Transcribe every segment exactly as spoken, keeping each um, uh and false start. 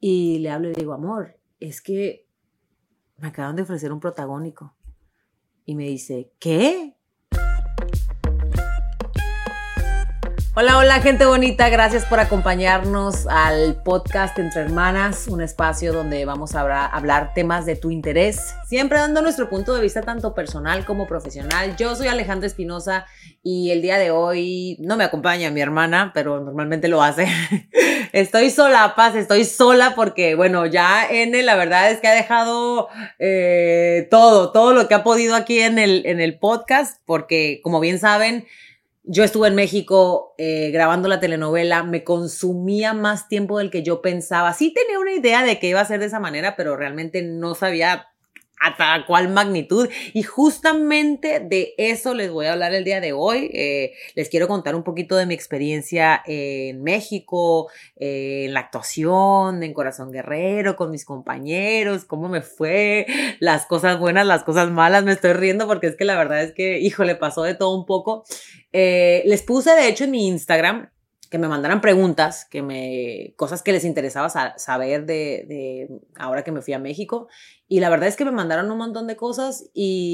Y le hablo y le digo, amor, es que me acaban de ofrecer un protagónico. Y me dice, ¿qué? Hola, hola, gente bonita. Gracias por acompañarnos al podcast Entre Hermanas, un espacio donde vamos a hablar temas de tu interés, siempre dando nuestro punto de vista tanto personal como profesional. Yo soy Alejandra Espinosa y el día de hoy no me acompaña mi hermana, pero normalmente lo hace. Estoy sola, Paz, estoy sola porque, bueno, ya N, la verdad es que ha dejado eh, todo, todo lo que ha podido aquí en el, en el podcast, porque como bien saben, yo estuve en México eh, grabando la telenovela, me consumía más tiempo del que yo pensaba. Sí tenía una idea de que iba a ser de esa manera, pero realmente no sabía hasta cuál magnitud. Y justamente de eso les voy a hablar el día de hoy. Eh, les quiero contar un poquito de mi experiencia en México, eh, en la actuación, en Corazón Guerrero, con mis compañeros, cómo me fue, las cosas buenas, las cosas malas. Me estoy riendo porque es que la verdad es que, híjole, pasó de todo un poco. Eh, les puse, de hecho, en mi Instagram que me mandaran preguntas, que me, cosas que les interesaba sa- saber de, de ahora que me fui a México. Y la verdad es que me mandaron un montón de cosas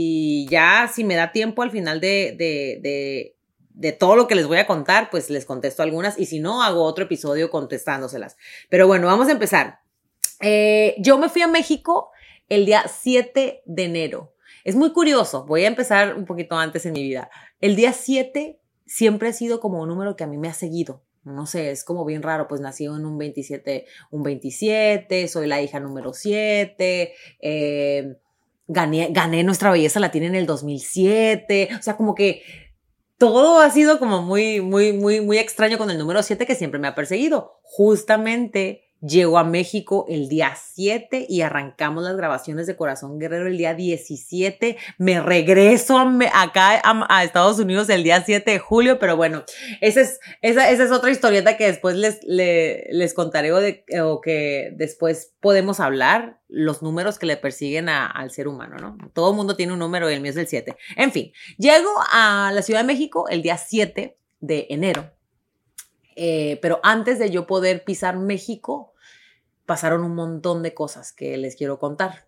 y ya si me da tiempo al final de, de, de, de todo lo que les voy a contar, pues les contesto algunas y si no, hago otro episodio contestándoselas. Pero bueno, vamos a empezar. Eh, yo me fui a México el día siete de enero. Es muy curioso, voy a empezar un poquito antes en mi vida. El día siete siempre ha sido como un número que a mí me ha seguido. No sé, es como bien raro, pues nací en un veintisiete, un veintisiete, soy la hija número siete, eh, gané, gané Nuestra Belleza Latina en el dos mil siete, o sea, como que todo ha sido como muy, muy, muy, muy extraño con el número siete que siempre me ha perseguido. Justamente llego a México el día siete y arrancamos las grabaciones de Corazón Guerrero el día diecisiete. Me regreso a me, acá a, a Estados Unidos el día siete de julio, pero bueno, esa es, esa, esa es otra historieta que después les, les, les contaré o, de, o que después podemos hablar, los números que le persiguen a, al ser humano, ¿no? Todo el mundo tiene un número y el mío es el siete. En fin, llego a la Ciudad de México el día siete de enero. Eh, pero antes de yo poder pisar México, pasaron un montón de cosas que les quiero contar.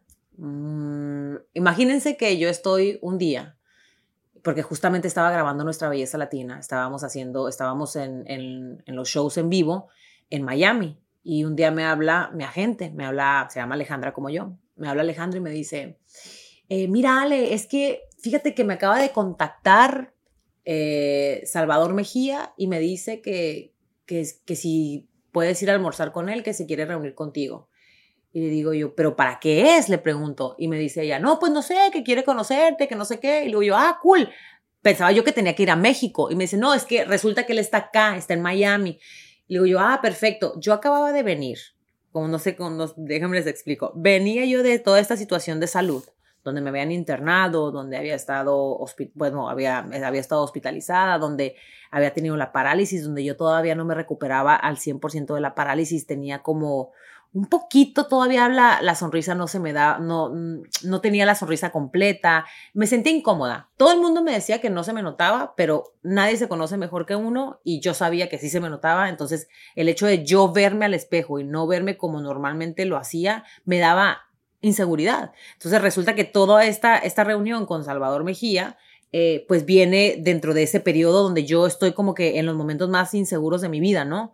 Mm, imagínense que yo estoy un día, porque justamente estaba grabando Nuestra Belleza Latina, estábamos haciendo, estábamos en, en, en los shows en vivo en Miami, y un día me habla mi agente, me habla, se llama Alejandra como yo, me habla Alejandra y me dice, eh, mira Ale, es que fíjate que me acaba de contactar eh, Salvador Mejía y me dice que Que, que si puedes ir a almorzar con él, que se quiere reunir contigo. Y le digo yo, ¿pero para qué es? Le pregunto. Y me dice ella, no, pues no sé, que quiere conocerte, que no sé qué. Y le digo yo, ah, cool. Pensaba yo que tenía que ir a México. Y me dice, no, es que resulta que él está acá, está en Miami. Y le digo yo, ah, perfecto. Yo acababa de venir, como no sé, como no, déjenme les explico. Venía yo de toda esta situación de salud, donde me habían internado, donde había estado, bueno, había, había estado hospitalizada, donde había tenido la parálisis, donde yo todavía no me recuperaba al cien por ciento de la parálisis, tenía como un poquito, todavía la, la sonrisa no se me da, no, no tenía la sonrisa completa, me sentía incómoda. Todo el mundo me decía que no se me notaba, pero nadie se conoce mejor que uno y yo sabía que sí se me notaba, entonces el hecho de yo verme al espejo y no verme como normalmente lo hacía, me daba inseguridad. Entonces resulta que toda esta, esta reunión con Salvador Mejía eh, pues viene dentro de ese periodo donde yo estoy como que en los momentos más inseguros de mi vida, ¿no?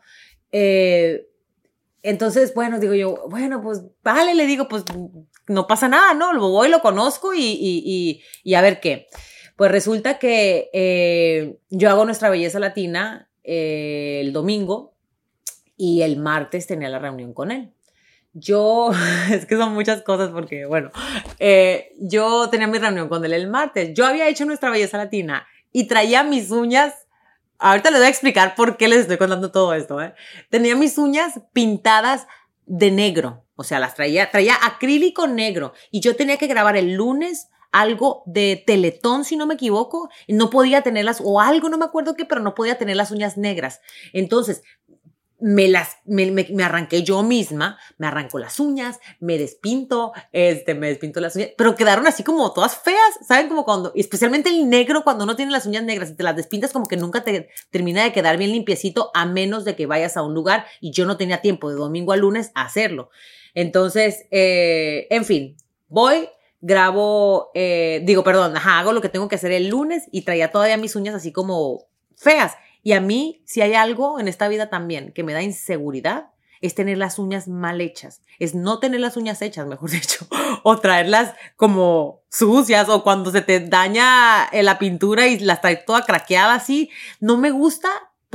Eh, entonces, bueno, digo yo, bueno, pues vale, le digo, pues no pasa nada, ¿no? Lo voy, lo conozco y, y, y, y a ver qué. Pues resulta que eh, yo hago Nuestra Belleza Latina eh, el domingo y el martes tenía la reunión con él. Yo, es que son muchas cosas porque, bueno, eh, yo tenía mi reunión con él el martes. Yo había hecho Nuestra Belleza Latina y traía mis uñas. Ahorita les voy a explicar por qué les estoy contando todo esto, ¿eh? Tenía mis uñas pintadas de negro. O sea, las traía, traía acrílico negro. Y yo tenía que grabar el lunes algo de Teletón, si no me equivoco. Y no podía tenerlas, o algo, no me acuerdo qué, pero no podía tener las uñas negras. Entonces, me las, me, me, me arranqué yo misma, me arranco las uñas, me despinto, este, me despinto las uñas, pero quedaron así como todas feas, ¿saben? Como cuando, especialmente el negro, cuando uno tiene las uñas negras y te las despintas, como que nunca te termina de quedar bien limpiecito, a menos de que vayas a un lugar, y yo no tenía tiempo de domingo a lunes a hacerlo. Entonces, eh, en fin, voy, grabo, eh, digo, perdón, ajá, hago lo que tengo que hacer el lunes y traía todavía mis uñas así como feas. Y a mí, si hay algo en esta vida también que me da inseguridad, es tener las uñas mal hechas. Es no tener las uñas hechas, mejor dicho. O traerlas como sucias, o cuando se te daña la pintura y las traes toda craqueada así. No me gusta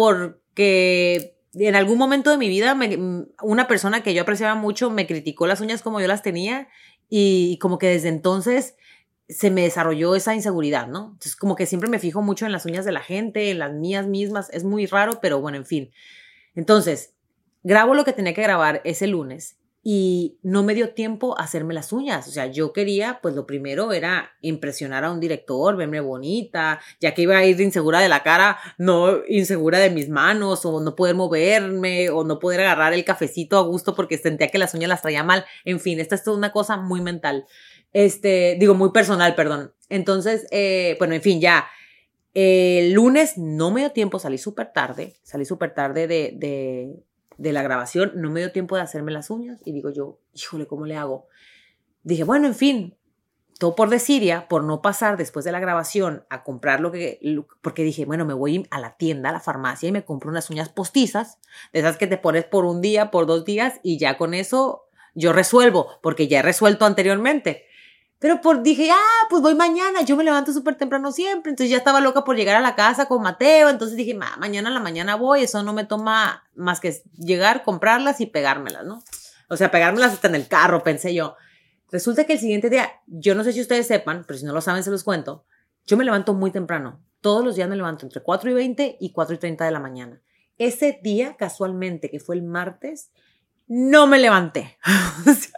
porque en algún momento de mi vida me, una persona que yo apreciaba mucho me criticó las uñas como yo las tenía, y como que desde entonces se me desarrolló esa inseguridad, ¿no? Entonces, como que siempre me fijo mucho en las uñas de la gente, en las mías mismas. Es muy raro, pero bueno, en fin. Entonces, grabo lo que tenía que grabar ese lunes y no me dio tiempo a hacerme las uñas. O sea, yo quería, pues lo primero era impresionar a un director, verme bonita, ya que iba a ir insegura de la cara, no insegura de mis manos, o no poder moverme, o no poder agarrar el cafecito a gusto porque sentía que las uñas las traía mal. En fin, esta es toda una cosa muy mental. Este, digo, muy personal, perdón. Entonces, eh, bueno, en fin, ya. El eh, lunes no me dio tiempo, salí súper tarde, salí súper tarde de, de, de la grabación, no me dio tiempo de hacerme las uñas, y digo yo, híjole, ¿cómo le hago? Dije, bueno, en fin, todo por desidia, por no pasar después de la grabación a comprar lo que, porque dije, bueno, me voy a la tienda, a la farmacia, y me compro unas uñas postizas, de esas que te pones por un día, por dos días, y ya con eso yo resuelvo, porque ya he resuelto anteriormente. Pero por, dije, ah, pues voy mañana, yo me levanto súper temprano siempre, entonces ya estaba loca por llegar a la casa con Mateo, entonces dije, ma, mañana a la mañana voy, eso no me toma más que llegar, comprarlas y pegármelas, ¿no? O sea, pegármelas hasta en el carro, pensé yo. Resulta que el siguiente día, yo no sé si ustedes sepan, pero si no lo saben se los cuento, yo me levanto muy temprano, todos los días me levanto entre cuatro y veinte y cuatro y treinta de la mañana. Ese día, casualmente, que fue el martes, no me levanté. O sea,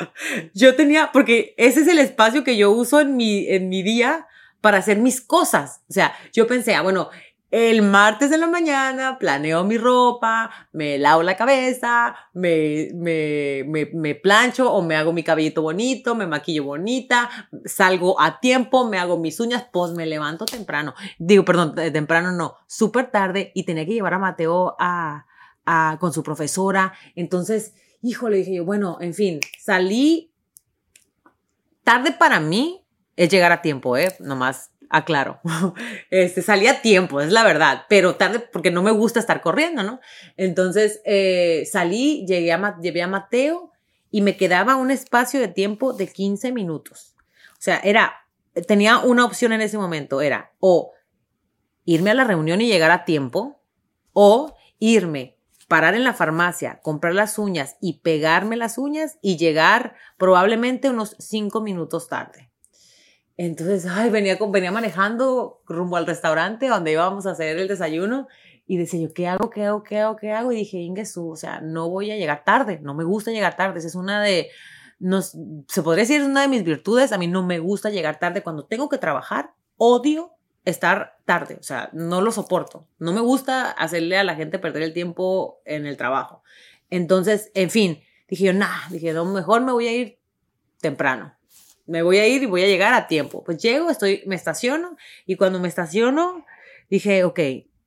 yo tenía, porque ese es el espacio que yo uso en mi, en mi día para hacer mis cosas. O sea, yo pensé, ah, bueno, el martes en la mañana planeo mi ropa, me lavo la cabeza, me, me, me, me plancho o me hago mi cabellito bonito, me maquillo bonita, salgo a tiempo, me hago mis uñas, pues me levanto temprano. Digo, perdón, temprano no, súper tarde, y tenía que llevar a Mateo a, a, con su profesora. Entonces, híjole, dije yo, bueno, en fin, salí tarde. Para mí es llegar a tiempo, ¿eh? Nomás aclaro. Este, salí a tiempo, es la verdad, pero tarde porque no me gusta estar corriendo, ¿no? Entonces, eh, salí, llegué a, llevé a Mateo y me quedaba un espacio de tiempo de quince minutos. O sea, era, tenía una opción en ese momento, era o irme a la reunión y llegar a tiempo, o irme, parar en la farmacia, comprar las uñas y pegarme las uñas y llegar probablemente unos cinco minutos tarde. Entonces, ay, venía, venía manejando rumbo al restaurante donde íbamos a hacer el desayuno y decía yo, ¿qué hago, qué hago, qué hago, qué hago? Y dije, Ingesu, o sea, no voy a llegar tarde, no me gusta llegar tarde, esa es una de, no, se podría decir, es una de mis virtudes. A mí no me gusta llegar tarde cuando tengo que trabajar, odio estar tarde, o sea, no lo soporto. No me gusta hacerle a la gente perder el tiempo en el trabajo. Entonces, en fin, dije yo, nah, dije, no, mejor me voy a ir temprano. Me voy a ir y voy a llegar a tiempo. Pues llego, estoy, me estaciono, y cuando me estaciono, dije, ok,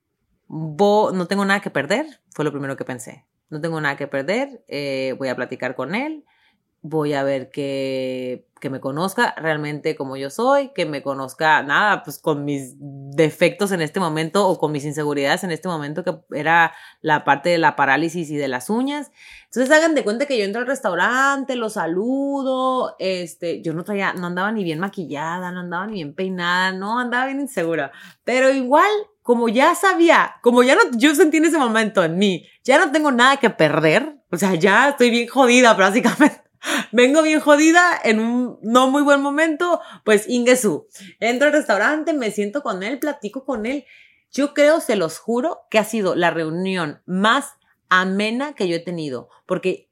bo, no tengo nada que perder, fue lo primero que pensé. No tengo nada que perder, eh, voy a platicar con él, voy a ver que, que me conozca realmente como yo soy, que me conozca, nada, pues con mis defectos en este momento o con mis inseguridades en este momento, que era la parte de la parálisis y de las uñas. Entonces hagan de cuenta que yo entro al restaurante, lo saludo, este, yo no traía, no andaba ni bien maquillada, no andaba ni bien peinada, no, andaba bien insegura, pero igual, como ya sabía, como ya no, yo sentí en ese momento en mí, ya no tengo nada que perder, o sea, ya estoy bien jodida básicamente. Vengo bien jodida en un no muy buen momento, pues Ingesu, entro al restaurante, me siento con él, platico con él. Yo creo, se los juro, que ha sido la reunión más amena que yo he tenido, porque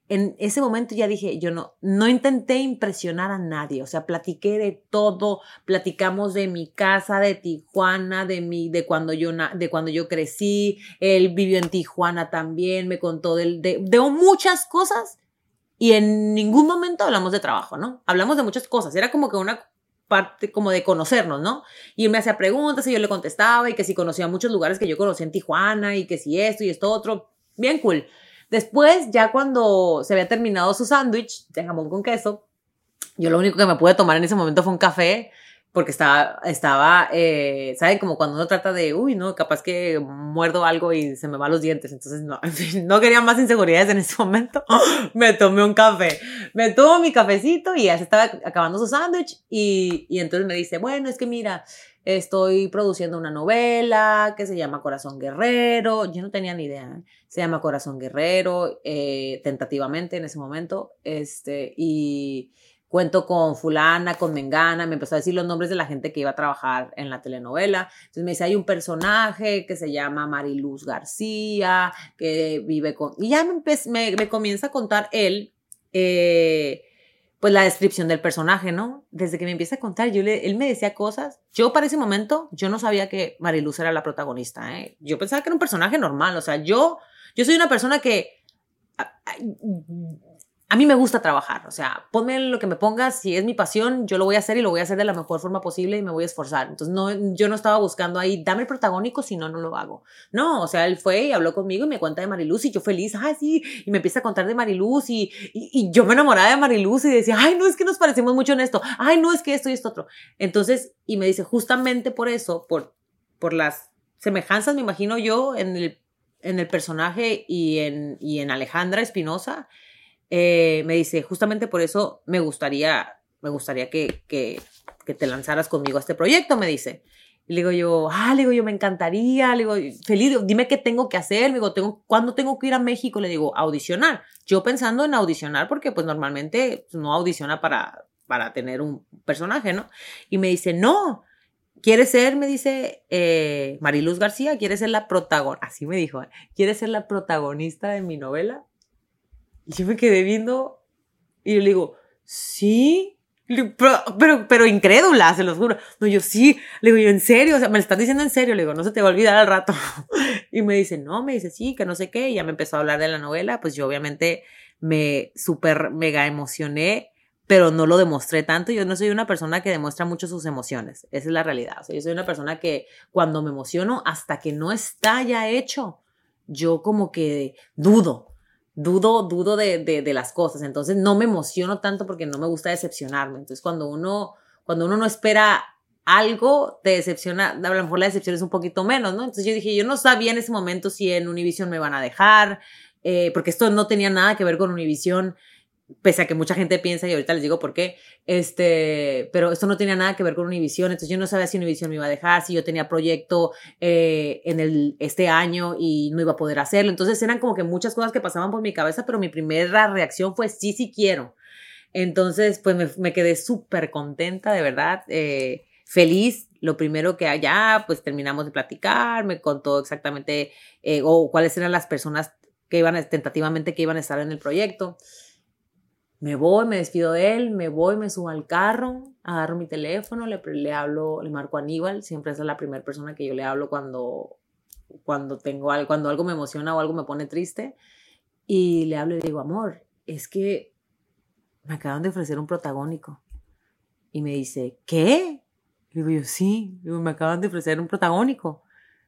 en ese momento ya dije, yo no, no intenté impresionar a nadie, o sea, platiqué de todo, platicamos de mi casa, de Tijuana, de mi, de cuando yo, de cuando yo crecí, él vivió en Tijuana también, me contó de, de, de muchas cosas y en ningún momento hablamos de trabajo, ¿no? Hablamos de muchas cosas, era como que una parte como de conocernos, ¿no? Y él me hacía preguntas y yo le contestaba y que si conocía muchos lugares que yo conocía en Tijuana y que si esto y esto otro, bien cool. Después, ya cuando se había terminado su sándwich de jamón con queso, yo lo único que me pude tomar en ese momento fue un café, porque estaba, estaba eh, ¿saben? Como cuando uno trata de, uy, no, capaz que muerdo algo y se me van los dientes. Entonces, no, no quería más inseguridades en ese momento. Me tomé un café. Me tomo mi cafecito y ya se estaba acabando su sándwich. Y, y entonces me dice, bueno, es que mira, estoy produciendo una novela que se llama Corazón Guerrero. Yo no tenía ni idea, ¿eh? Se llama Corazón Guerrero, eh, tentativamente en ese momento. Este, y cuento con fulana, con mengana. Me empezó a decir los nombres de la gente que iba a trabajar en la telenovela. Entonces me dice, hay un personaje que se llama Mariluz García, que vive con... Y ya me, me, me comienza a contar él... Eh, pues la descripción del personaje, ¿no? Desde que me empieza a contar, yo le, él me decía cosas. Yo para ese momento, yo no sabía que Mariluz era la protagonista, ¿eh? Yo pensaba que era un personaje normal, o sea, yo, yo soy una persona que... A, a, a mí me gusta trabajar, o sea, ponme lo que me pongas, si es mi pasión, yo lo voy a hacer y lo voy a hacer de la mejor forma posible y me voy a esforzar. Entonces, no, yo no estaba buscando ahí, dame el protagónico, si no, no lo hago. No, o sea, él fue y habló conmigo y me cuenta de Mariluz y yo feliz, ah, sí, y me empieza a contar de Mariluz y, y, y yo me enamoraba de Mariluz y decía, ay, no, es que nos parecemos mucho en esto, ay, no, es que esto y esto otro. Entonces, y me dice, justamente por eso, por, por las semejanzas, me imagino yo, en el, en el personaje y en, y en Alejandra Espinosa, Eh, me dice, justamente por eso me gustaría, me gustaría que, que, que te lanzaras conmigo a este proyecto, me dice. Y le digo yo, ah, le digo yo, me encantaría, le digo, feliz, dime qué tengo que hacer, me digo, tengo, ¿cuándo tengo que ir a México? Le digo, audicionar. Yo pensando en audicionar porque pues normalmente no audiciona para, para tener un personaje, ¿no? Y me dice, no, ¿quieres ser, me dice, eh, Mariluz García, ¿quieres ser la protagonista? Así me dijo, ¿eh? ¿Quieres ser la protagonista de mi novela? Y yo me quedé viendo y yo le digo, ¿sí? Pero, pero, pero incrédula, se los juro. No, yo sí. Le digo, yo, ¿en serio? O sea, me lo estás diciendo en serio. Le digo, no se te va a olvidar al rato. Y me dice, no, me dice, sí, que no sé qué. Y ya me empezó a hablar de la novela. Pues yo obviamente me súper mega emocioné, pero no lo demostré tanto. Yo no soy una persona que demuestra mucho sus emociones. Esa es la realidad. O sea, yo soy una persona que cuando me emociono, hasta que no está ya hecho, yo como que dudo. Dudo, dudo de, de, de las cosas, entonces no me emociono tanto porque no me gusta decepcionarme. Entonces cuando uno, cuando uno no espera algo, te decepciona, a lo mejor la decepción es un poquito menos, ¿no? Entonces yo dije, yo no sabía en ese momento si en Univision me van a dejar, eh, porque esto no tenía nada que ver con Univision, pese a que mucha gente piensa, y ahorita les digo por qué, este, pero esto no tenía nada que ver con Univision, entonces yo no sabía si Univision me iba a dejar, si yo tenía proyecto eh, en el, este año y no iba a poder hacerlo, entonces eran como que muchas cosas que pasaban por mi cabeza, pero mi primera reacción fue sí, sí quiero. Entonces, pues me, me quedé súper contenta, de verdad, eh, feliz. Lo primero que allá, pues terminamos de platicar, me contó exactamente eh, o cuáles eran las personas que iban, tentativamente, que iban a estar en el proyecto. Me voy, me despido de él, me voy, me subo al carro, agarro mi teléfono, le, le hablo, le marco a Aníbal. Siempre es la primera persona que yo le hablo cuando, cuando, tengo algo, cuando algo me emociona o algo me pone triste. Y le hablo y le digo, amor, es que me acaban de ofrecer un protagónico. Y me dice, ¿qué? Le digo yo, sí, le digo, me acaban de ofrecer un protagónico.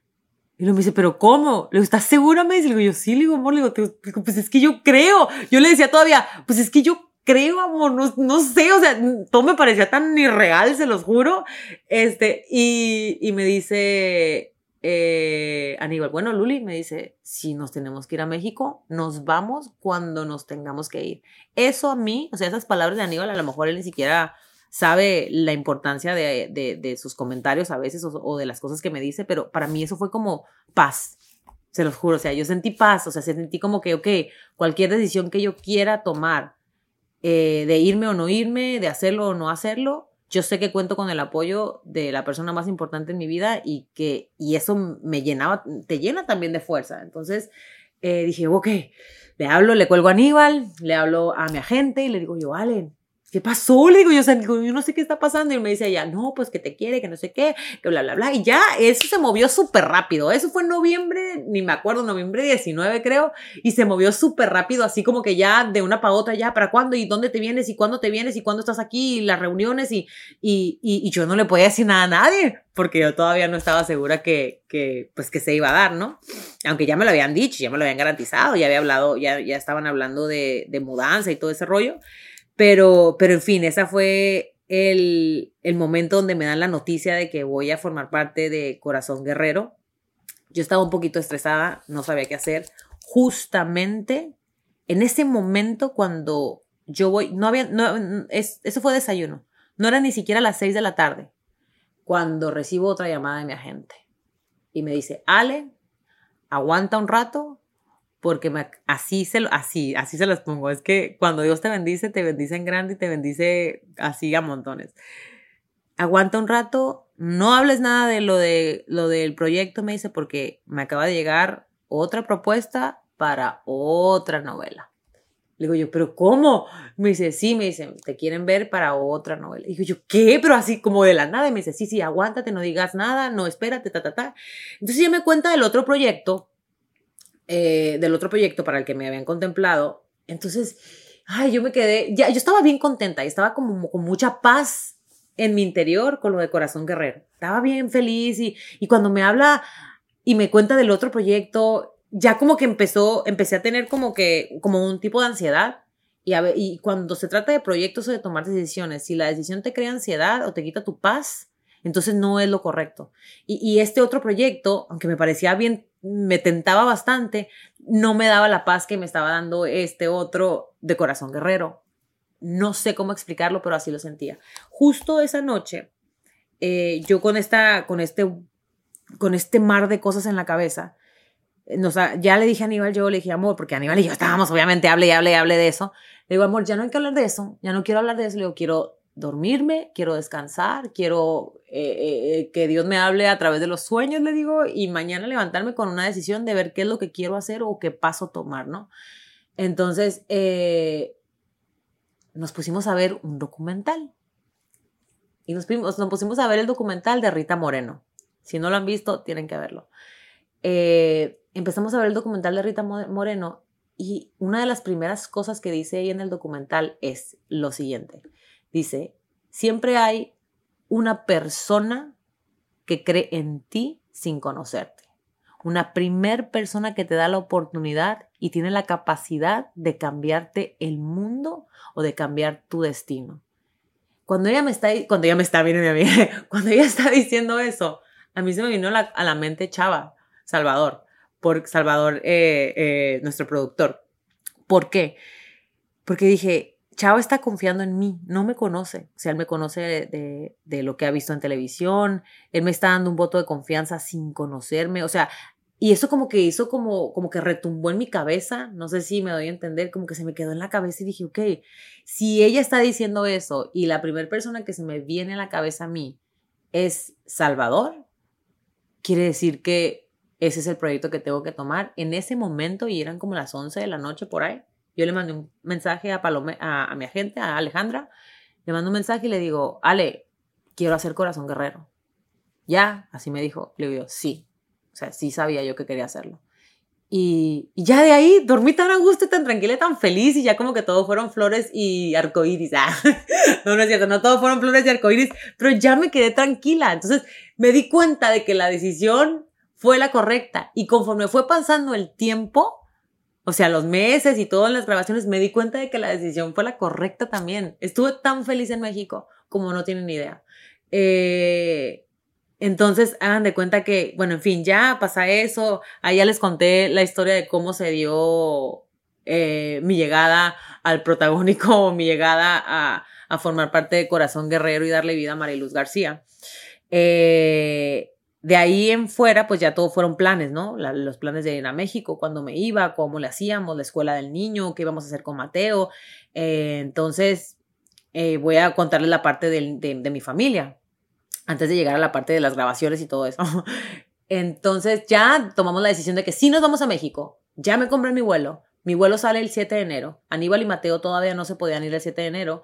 Y luego me dice, ¿pero cómo? Le digo, ¿estás segura? Me dice, le digo, yo sí, le digo, amor, le digo, te, pues es que yo creo. Yo le decía todavía, pues es que yo creo, amor, no, no sé, o sea, todo me parecía tan irreal, se los juro. Este, y, y me dice, eh, Aníbal, bueno, Luli, me dice, si nos tenemos que ir a México, nos vamos cuando nos tengamos que ir. Eso a mí, o sea, esas palabras de Aníbal, a lo mejor él ni siquiera sabe la importancia de, de, de sus comentarios a veces o, o de las cosas que me dice, pero para mí eso fue como paz, se los juro, o sea, yo sentí paz, o sea, sentí como que, ok, cualquier decisión que yo quiera tomar, eh, de irme o no irme, de hacerlo o no hacerlo, yo sé que cuento con el apoyo de la persona más importante en mi vida y que y eso me llenaba, te llena también de fuerza. Entonces eh, dije, ok, Le hablo, le cuelgo a Aníbal, le hablo a mi agente y le digo yo, Ale, ¿qué pasó? Le digo yo, o sea, yo no sé qué está pasando. Y me dice ella, no, pues que te quiere, que no sé qué, que bla, bla, bla. Y ya, eso se movió súper rápido. Eso fue en noviembre, ni me acuerdo, noviembre diecinueve creo. Y se movió súper rápido, así como que ya de una para otra, ya, ¿para cuándo? ¿Y dónde te vienes? ¿Y cuándo te vienes? ¿Y cuándo estás aquí? Y las reuniones. Y, y, y, y yo no le podía decir nada a nadie, porque yo todavía no estaba segura que, que, pues, que se iba a dar, ¿no? Aunque ya me lo habían dicho, ya me lo habían garantizado, ya había hablado, ya, ya estaban hablando de, de mudanza y todo ese rollo. Pero, pero en fin, ese fue el, el momento donde me dan la noticia de que voy a formar parte de Corazón Guerrero. Yo estaba un poquito estresada, no sabía qué hacer. Justamente en ese momento cuando yo voy, no había, no, es, eso fue desayuno, no era ni siquiera las seis de la tarde, cuando recibo otra llamada de mi agente y me dice, Ale, aguanta un rato, porque me, así, se, así, así se los pongo. Es que cuando Dios te bendice, te bendice en grande y te bendice así a montones. Aguanta un rato, no hables nada de lo, de lo del proyecto, me dice, porque me acaba de llegar otra propuesta para otra novela. Le digo yo, ¿pero cómo? Me dice, sí, me dice, te quieren ver para otra novela. Y digo yo, ¿qué? Pero así como de la nada. Y me dice, sí, sí, aguántate, no digas nada, no, espérate, ta, ta, ta. Entonces ella me cuenta del otro proyecto, Eh, del otro proyecto para el que me habían contemplado. Entonces, ay, yo me quedé, ya, yo estaba bien contenta y estaba como con mucha paz en mi interior con lo de Corazón Guerrero. Estaba bien feliz y, y cuando me habla y me cuenta del otro proyecto, ya como que empezó, empecé a tener como que, como un tipo de ansiedad. Y, a ver, y cuando se trata de proyectos o de tomar decisiones, si la decisión te crea ansiedad o te quita tu paz, entonces no es lo correcto. Y, y este otro proyecto, aunque me parecía bien, me tentaba bastante, no me daba la paz que me estaba dando este otro de Corazón Guerrero. No sé cómo explicarlo, pero así lo sentía. Justo esa noche, eh, yo con, esta, con, este, con este mar de cosas en la cabeza, nos, ya le dije a Aníbal, yo le dije, amor, porque Aníbal y yo estábamos, obviamente, hable y hable y hable de eso. Le digo, amor, ya no hay que hablar de eso, ya no quiero hablar de eso. Le digo, quiero dormirme, quiero descansar, quiero eh, eh, que Dios me hable a través de los sueños, le digo, y mañana levantarme con una decisión de ver qué es lo que quiero hacer o qué paso tomar, ¿no? Entonces, eh, nos pusimos a ver un documental. Y nos, nos pusimos a ver el documental de Rita Moreno. Si no lo han visto, tienen que verlo. Eh, empezamos a ver el documental de Rita Moreno y una de las primeras cosas que dice ella en el documental es lo siguiente. Dice, siempre hay una persona que cree en ti sin conocerte. Una primer persona que te da la oportunidad y tiene la capacidad de cambiarte el mundo o de cambiar tu destino. Cuando ella me está, cuando ella me está, miren, mi amiga, cuando ella está diciendo eso, a mí se me vino la, a la mente Chava, Salvador, por Salvador, eh, eh, nuestro productor. ¿Por qué? Porque dije, Chava está confiando en mí, no me conoce, o sea, él me conoce de, de, de lo que ha visto en televisión, él me está dando un voto de confianza sin conocerme, o sea, y eso como que hizo como, como que retumbó en mi cabeza, no sé si me doy a entender, como que se me quedó en la cabeza y dije, ok, si ella está diciendo eso y la primera persona que se me viene a la cabeza a mí es Salvador, quiere decir que ese es el proyecto que tengo que tomar en ese momento y eran como las once de la noche por ahí. Yo le mandé un mensaje a, Palome, a, a mi agente, a Alejandra, le mando un mensaje y le digo, Ale, quiero hacer Corazón Guerrero. Ya, así me dijo, le digo, sí. O sea, sí sabía yo que quería hacerlo. Y, y ya de ahí dormí tan a gusto, tan tranquila, tan feliz y ya como que todo fueron flores y arcoíris. Ah, no, no es cierto, no todo fueron flores y arcoíris, pero ya me quedé tranquila. Entonces me di cuenta de que la decisión fue la correcta y conforme fue pasando el tiempo, o sea, los meses y todas las grabaciones, me di cuenta de que la decisión fue la correcta también. Estuve tan feliz en México como no tienen ni idea. Eh... Entonces, hagan de cuenta que, bueno, en fin, ya pasa eso. Ahí ya les conté la historia de cómo se dio eh, mi llegada al protagónico, mi llegada a, a formar parte de Corazón Guerrero y darle vida a Mariluz García. Eh, de ahí en fuera, pues ya todo fueron planes, ¿no? La, los planes de ir a México, cuándo me iba, cómo le hacíamos, la escuela del niño, qué íbamos a hacer con Mateo. Eh, entonces, eh, voy a contarles la parte de, de, de mi familia, antes de llegar a la parte de las grabaciones y todo eso. Entonces ya tomamos la decisión de que sí nos vamos a México. Ya me compré mi vuelo. Mi vuelo sale el siete de enero. Aníbal y Mateo todavía no se podían ir el siete de enero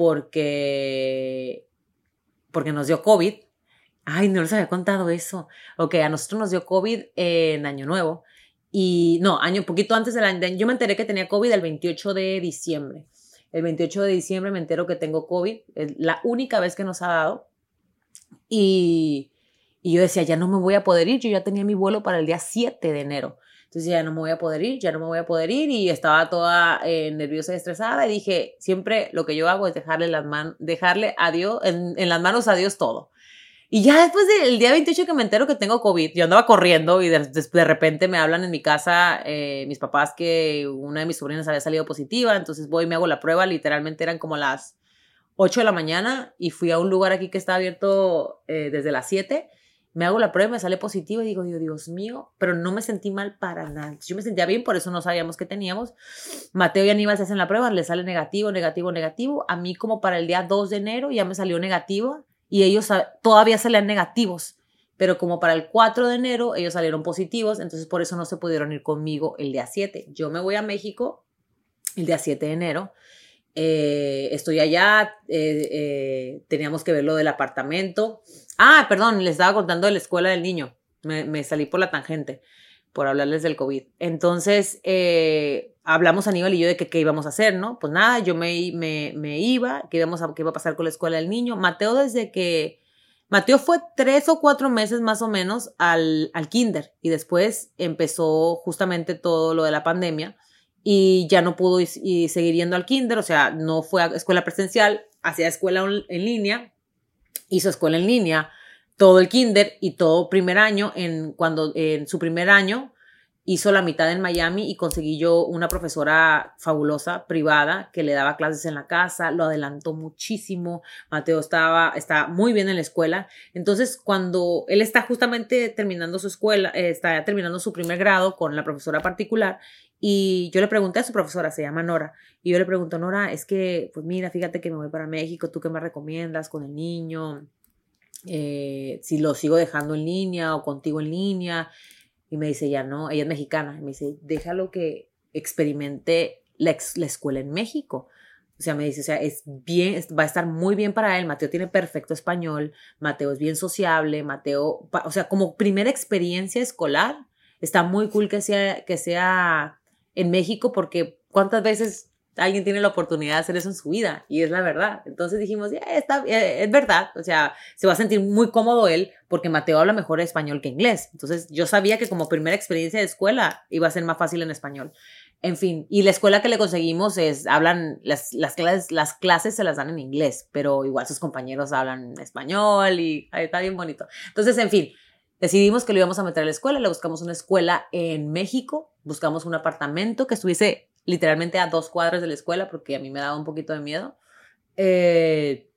porque, porque nos dio COVID. Ay, no les había contado eso. Ok, a nosotros nos dio COVID en Año Nuevo. Y no, año poquito antes del año. Yo me enteré que tenía COVID el veintiocho de diciembre. El veintiocho de diciembre me entero que tengo COVID. Es la única vez que nos ha dado. Y, y yo decía, ya no me voy a poder ir. Yo ya tenía mi vuelo para el día siete de enero. Entonces ya no me voy a poder ir, ya no me voy a poder ir. Y estaba toda eh, nerviosa y estresada. Y dije, siempre lo que yo hago es dejarle, las man- dejarle a Dios, en, en las manos a Dios todo. Y ya después del día veintiocho que me entero que tengo COVID, yo andaba corriendo y de, de, de repente me hablan en mi casa eh, mis papás que una de mis sobrinas había salido positiva. Entonces voy y me hago la prueba. Literalmente eran como las ocho de la mañana y fui a un lugar aquí que está abierto eh, desde las siete. Me hago la prueba, me sale positiva y digo, Dios, Dios mío, pero no me sentí mal para nada. Yo me sentía bien, por eso no sabíamos qué teníamos. Mateo y Aníbal se hacen la prueba, les sale negativo, negativo, negativo. A mí como para el día dos de enero ya me salió negativa y ellos todavía salían negativos. Pero como para el cuatro de enero ellos salieron positivos, entonces por eso no se pudieron ir conmigo el día siete. Yo me voy a México el día siete de enero. Eh, estoy allá, eh, eh, teníamos que ver lo del apartamento. Ah, perdón, les estaba contando de la escuela del niño. Me, me salí por la tangente por hablarles del COVID. Entonces, eh, hablamos Aníbal y yo de que qué íbamos a hacer, ¿no? Pues nada, yo me, me, me iba, qué, íbamos a, qué iba a pasar con la escuela del niño. Mateo desde que... Mateo fue tres o cuatro meses más o menos al, al kinder y después empezó justamente todo lo de la pandemia. Y ya no pudo ir, y seguir yendo al kinder, o sea, no fue a escuela presencial, hacía escuela en línea, hizo escuela en línea, todo el kinder y todo primer año, en, cuando, en su primer año hizo la mitad en Miami y conseguí yo una profesora fabulosa, privada, que le daba clases en la casa, lo adelantó muchísimo. Mateo estaba, estaba muy bien en la escuela. Entonces, cuando él está justamente terminando su escuela, eh, está terminando su primer grado con la profesora particular, y yo le pregunté a su profesora, se llama Nora, y yo le pregunto, Nora, es que, pues mira, fíjate que me voy para México, ¿tú qué me recomiendas con el niño? Eh, si lo sigo dejando en línea o contigo en línea. Y me dice, ya no, ella es mexicana. Y me dice, déjalo que experimente la, ex, la escuela en México. O sea, me dice, o sea, es bien, es, va a estar muy bien para él. Mateo tiene perfecto español. Mateo es bien sociable. Mateo, o sea, como primera experiencia escolar, está muy cool que sea, que sea en México porque ¿cuántas veces alguien tiene la oportunidad de hacer eso en su vida? Y es la verdad. Entonces dijimos, ya, yeah, está, eh, es verdad. O sea, se va a sentir muy cómodo él porque Mateo habla mejor español que inglés. Entonces yo sabía que como primera experiencia de escuela iba a ser más fácil en español. En fin, y la escuela que le conseguimos es, hablan, las, las, clases, las clases se las dan en inglés, pero igual sus compañeros hablan español y ay, está bien bonito. Entonces, en fin, decidimos que lo íbamos a meter a la escuela, le buscamos una escuela en México, buscamos un apartamento que estuviese literalmente a dos cuadras de la escuela porque a mí me daba un poquito de miedo. Eh,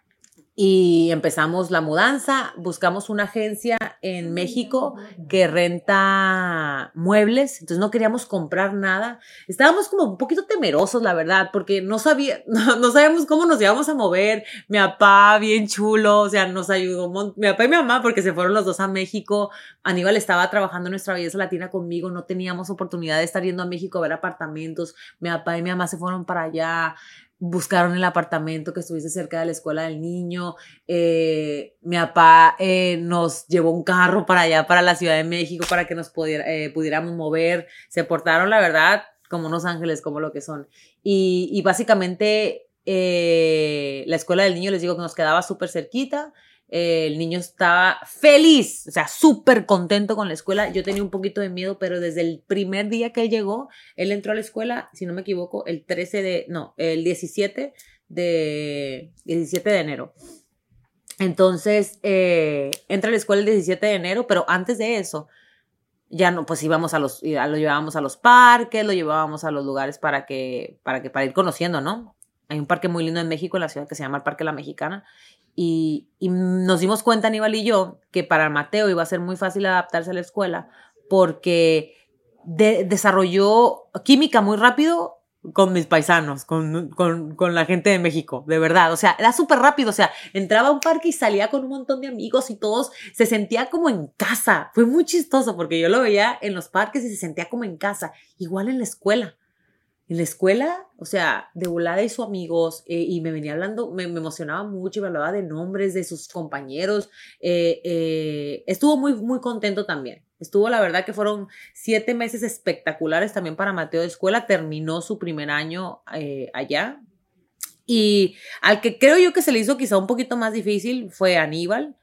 y empezamos la mudanza, buscamos una agencia en México que renta muebles, entonces no queríamos comprar nada. Estábamos como un poquito temerosos, la verdad, porque no, sabía, no, no sabíamos cómo nos íbamos a mover. Mi papá, bien chulo, o sea, nos ayudó. Mi papá y mi mamá, porque se fueron los dos a México. Aníbal estaba trabajando en Nuestra Belleza Latina conmigo, no teníamos oportunidad de estar yendo a México a ver apartamentos. Mi papá y mi mamá se fueron para allá. Buscaron el apartamento que estuviese cerca de la escuela del niño. Eh, mi papá eh, nos llevó un carro para allá, para la Ciudad de México, para que nos pudiera, eh, pudiéramos mover. Se portaron, la verdad, como unos ángeles, como lo que son. Y, y básicamente eh, la escuela del niño, les digo que nos quedaba súper cerquita. Eh, el niño estaba feliz, o sea, súper contento con la escuela. Yo tenía un poquito de miedo, pero desde el primer día que él llegó, él entró a la escuela, si no me equivoco, el trece de, no, el diecisiete de, diecisiete de enero. Entonces, eh, entra a la escuela el diecisiete de enero, pero antes de eso, ya no, pues íbamos a los, lo llevábamos a los parques, lo llevábamos a los lugares para que, para que, para ir conociendo, ¿no? Hay un parque muy lindo en México, en la ciudad, que se llama el Parque La Mexicana. Y, y nos dimos cuenta, Aníbal y yo, que para Mateo iba a ser muy fácil adaptarse a la escuela porque de, desarrolló química muy rápido con mis paisanos, con, con, con la gente de México, de verdad. O sea, era súper rápido. O sea, entraba a un parque y salía con un montón de amigos y todos se sentía como en casa. Fue muy chistoso porque yo lo veía en los parques y se sentía como en casa. Igual en la escuela. en la escuela, o sea, de volada y sus amigos, eh, y me venía hablando, me, me emocionaba mucho y me hablaba de nombres de sus compañeros. Eh, eh, estuvo muy, muy contento también. Estuvo, la verdad, que fueron siete meses espectaculares también para Mateo de escuela. Terminó su primer año eh, allá. Y al que creo yo que se le hizo quizá un poquito más difícil fue Aníbal,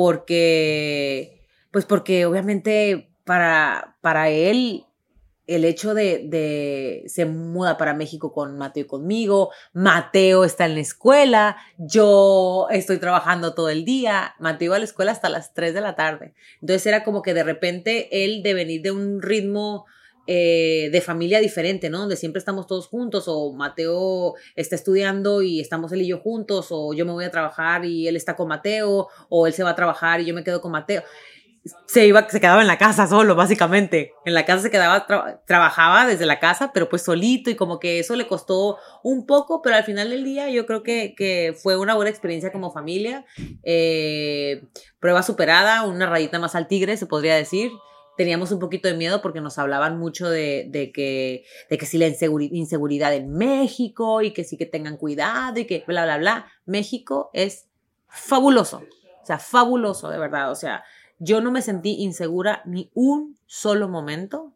porque, pues porque obviamente para, para él el hecho de, de se muda para México con Mateo y conmigo, Mateo está en la escuela, yo estoy trabajando todo el día, Mateo iba a la escuela hasta las tres de la tarde. Entonces era como que de repente él de venir de un ritmo eh, de familia diferente, ¿no? Donde siempre estamos todos juntos, o Mateo está estudiando y estamos él y yo juntos, o yo me voy a trabajar y él está con Mateo, o él se va a trabajar y yo me quedo con Mateo. Se iba, se quedaba en la casa solo, básicamente. En la casa se quedaba, tra- trabajaba desde la casa, pero pues solito, y como que eso le costó un poco, pero al final del día yo creo que, que fue una buena experiencia como familia. Eh, prueba superada, una rayita más al tigre, se podría decir. Teníamos un poquito de miedo porque nos hablaban mucho de, de que, de que sí la inseguri- inseguridad en México, y que sí que tengan cuidado y que bla, bla, bla. México es fabuloso, o sea, fabuloso, de verdad, o sea, yo no me sentí insegura ni un solo momento.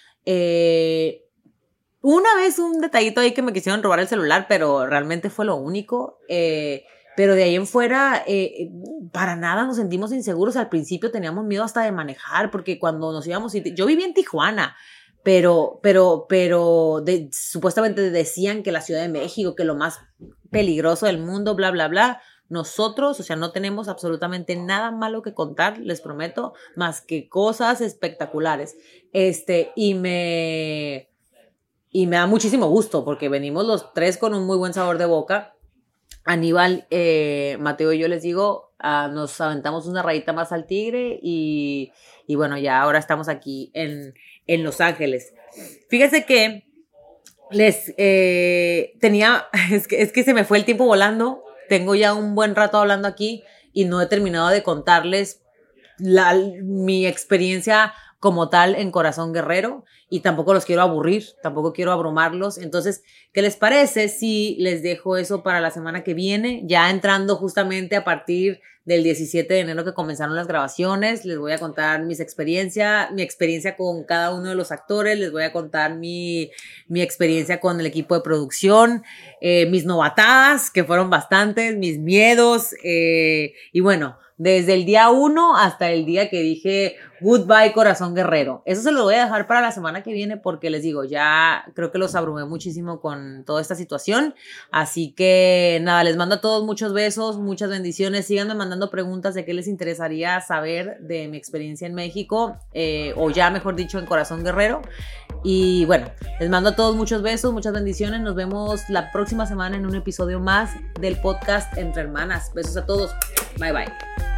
Eh, una vez un detallito ahí que me quisieron robar el celular, pero realmente fue lo único. Eh, pero de ahí en fuera, eh, para nada nos sentimos inseguros. Al principio teníamos miedo hasta de manejar, porque cuando nos íbamos... Yo vivía en Tijuana, pero, pero, pero de, supuestamente decían que la Ciudad de México, que lo más peligroso del mundo, bla, bla, bla. Nosotros, o sea, no tenemos absolutamente nada malo que contar, les prometo, más que cosas espectaculares. Este, y me, y me da muchísimo gusto, porque venimos los tres con un muy buen sabor de boca. Aníbal, eh, Mateo y yo, les digo, uh, nos aventamos una rayita más al tigre, y, y bueno, ya ahora estamos aquí en, en Los Ángeles. Fíjense que les eh, tenía, es que, es que se me fue el tiempo volando. Tengo ya un buen rato hablando aquí y no he terminado de contarles la, mi experiencia como tal en Corazón Guerrero, y tampoco los quiero aburrir, tampoco quiero abrumarlos. Entonces, ¿qué les parece si les dejo eso para la semana que viene? Ya entrando justamente a partir del diecisiete de enero que comenzaron las grabaciones, les voy a contar mis experiencias, mi experiencia con cada uno de los actores, les voy a contar mi, mi experiencia con el equipo de producción, eh, mis novatadas, que fueron bastantes, mis miedos, eh, y bueno, desde el día uno hasta el día que dije goodbye Corazón Guerrero. Eso se lo voy a dejar para la semana que viene, porque les digo, ya creo que los abrumé muchísimo con toda esta situación. Así que nada, les mando a todos muchos besos, muchas bendiciones. Síganme mandando preguntas de qué les interesaría saber de mi experiencia en México, eh, o ya mejor dicho en Corazón Guerrero. Y bueno, les mando a todos muchos besos, muchas bendiciones. Nos vemos la próxima semana en un episodio más del podcast Entre Hermanas. Besos a todos. Bye bye.